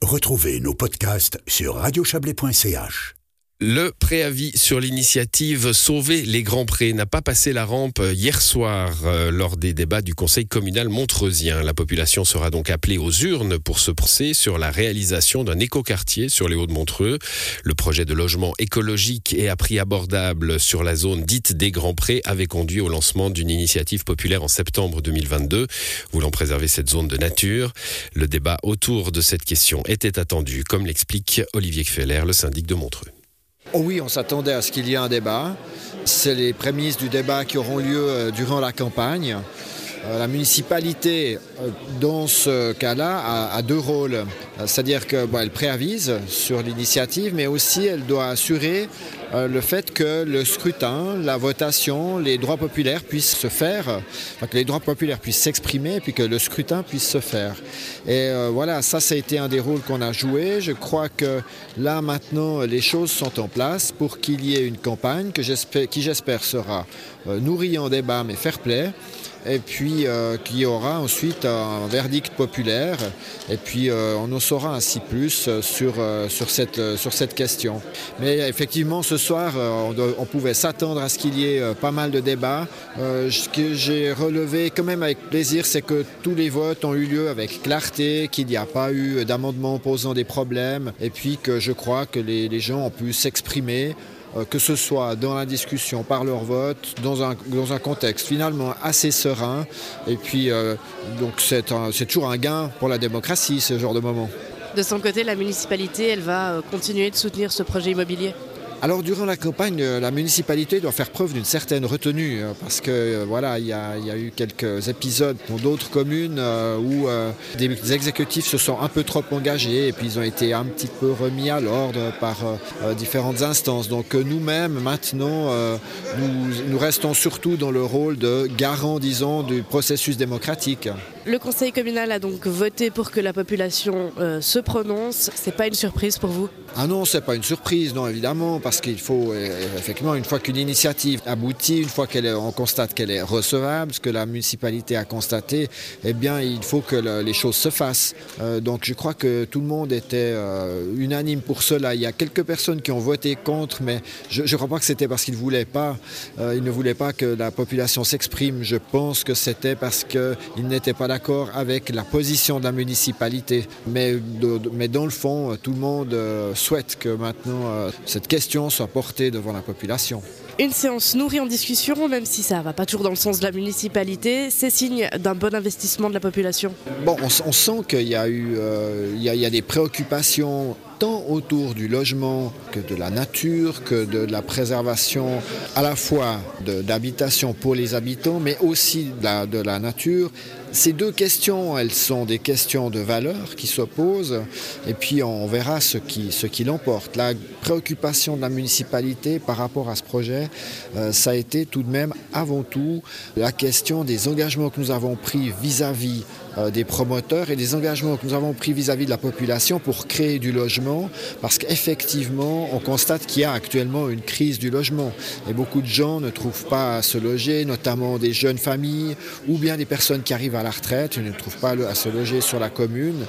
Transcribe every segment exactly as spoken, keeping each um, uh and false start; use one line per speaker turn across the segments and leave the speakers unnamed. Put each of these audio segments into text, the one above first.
Retrouvez nos podcasts sur radio chablais point c h.
Le préavis sur l'initiative Sauver les Grands Prés n'a pas passé la rampe hier soir euh, lors des débats du conseil communal montreusien. La population sera donc appelée aux urnes pour se prononcer sur la réalisation d'un écoquartier sur les Hauts-de-Montreux. Le projet de logement écologique et à prix abordable sur la zone dite des Grands Prés avait conduit au lancement d'une initiative populaire en septembre deux mille vingt-deux, voulant préserver cette zone de nature. Le débat autour de cette question était attendu, comme l'explique Olivier Kfeller, le syndic de Montreux.
Oh oui, on s'attendait à ce qu'il y ait un débat. C'est les prémices du débat qui auront lieu durant la campagne. La municipalité, dans ce cas-là, a, a deux rôles. C'est-à-dire qu'elle bon, préavise sur l'initiative, mais aussi elle doit assurer le fait que le scrutin, la votation, les droits populaires puissent se faire, enfin, que les droits populaires puissent s'exprimer et puis que le scrutin puisse se faire. Et euh, voilà, ça, ça a été un des rôles qu'on a joué. Je crois que là, maintenant, les choses sont en place pour qu'il y ait une campagne que j'espère, qui, j'espère, sera euh, nourrie en débat, mais fair-play. Et puis euh, qu'il y aura ensuite un verdict populaire et puis euh, on en saura ainsi plus sur, euh, sur, cette, euh, sur cette question. Mais effectivement ce soir euh, on, on pouvait s'attendre à ce qu'il y ait euh, pas mal de débats. Euh, ce que j'ai relevé quand même avec plaisir, c'est que tous les votes ont eu lieu avec clarté, qu'il n'y a pas eu d'amendements posant des problèmes et puis que je crois que les, les gens ont pu s'exprimer, que ce soit dans la discussion, par leur vote, dans un, dans un contexte finalement assez serein. Et puis, euh, donc c'est, un, c'est toujours un gain pour la démocratie, ce genre de moment.
De son côté, la municipalité, elle va continuer de soutenir ce projet immobilier ?
Alors durant la campagne, la municipalité doit faire preuve d'une certaine retenue parce que voilà, il y a, il y a eu quelques épisodes dans d'autres communes où euh, des exécutifs se sont un peu trop engagés et puis ils ont été un petit peu remis à l'ordre par euh, différentes instances. Donc nous-mêmes maintenant, euh, nous, nous restons surtout dans le rôle de garant, disons, du processus démocratique.
Le conseil communal a donc voté pour que la population euh, se prononce. C'est pas une surprise pour vous ?
Ah non, c'est pas une surprise, non évidemment, parce qu'il faut effectivement une fois qu'une initiative aboutit, une fois qu'on constate qu'elle est recevable, ce que la municipalité a constaté, eh bien il faut que le, les choses se fassent. Euh, donc je crois que tout le monde était euh, unanime pour cela. Il y a quelques personnes qui ont voté contre, mais je ne crois pas que c'était parce qu'ils voulaient pas, euh, ils ne voulaient pas que la population s'exprime. Je pense que c'était parce qu'ils n'étaient pas d'accord avec la position de la municipalité. Mais, de, de, mais dans le fond, tout le monde euh, souhaite que maintenant euh, cette question soit portée devant la population.
Une séance nourrie en discussion, même si ça ne va pas toujours dans le sens de la municipalité, c'est signe d'un bon investissement de la population.
Bon, on, on sent qu'il y a eu, euh, il y a, il y a des préoccupations tant autour du logement que de la nature, que de la préservation à la fois de, d'habitation pour les habitants, mais aussi de la, de la nature. Ces deux questions, elles sont des questions de valeur qui s'opposent et puis on verra ce qui, ce qui l'emporte. La préoccupation de la municipalité par rapport à ce projet, euh, ça a été tout de même avant tout la question des engagements que nous avons pris vis-à-vis euh, des promoteurs et des engagements que nous avons pris vis-à-vis de la population pour créer du logement, parce qu'effectivement on constate qu'il y a actuellement une crise du logement et beaucoup de gens ne trouvent pas à se loger, notamment des jeunes familles ou bien des personnes qui arrivent à la retraite, ils ne trouvent pas à se loger sur la commune.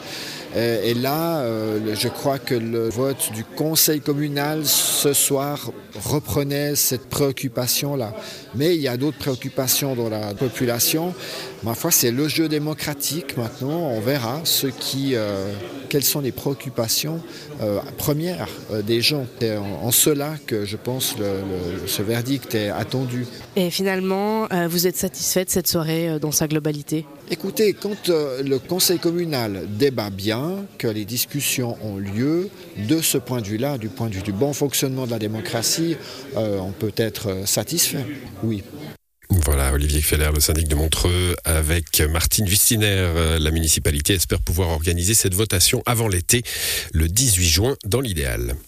Et là, je crois que le vote du conseil communal ce soir reprenait cette préoccupation-là. Mais il y a d'autres préoccupations dans la population. Ma foi, c'est le jeu démocratique maintenant. On verra ce qui, euh, quelles sont les préoccupations euh, premières euh, des gens. C'est en, en cela que je pense que ce verdict est attendu.
Et finalement, euh, vous êtes satisfait de cette soirée euh, dans sa globalité ?
Écoutez, quand euh, le conseil communal débat bien, que les discussions ont lieu, de ce point de vue-là, du point de vue du bon fonctionnement de la démocratie, euh, on peut être satisfait, oui.
Voilà, Olivier Kfeller, le syndic de Montreux, avec Martine Wüstiner. La municipalité espère pouvoir organiser cette votation avant l'été, le dix-huit juin, dans l'idéal.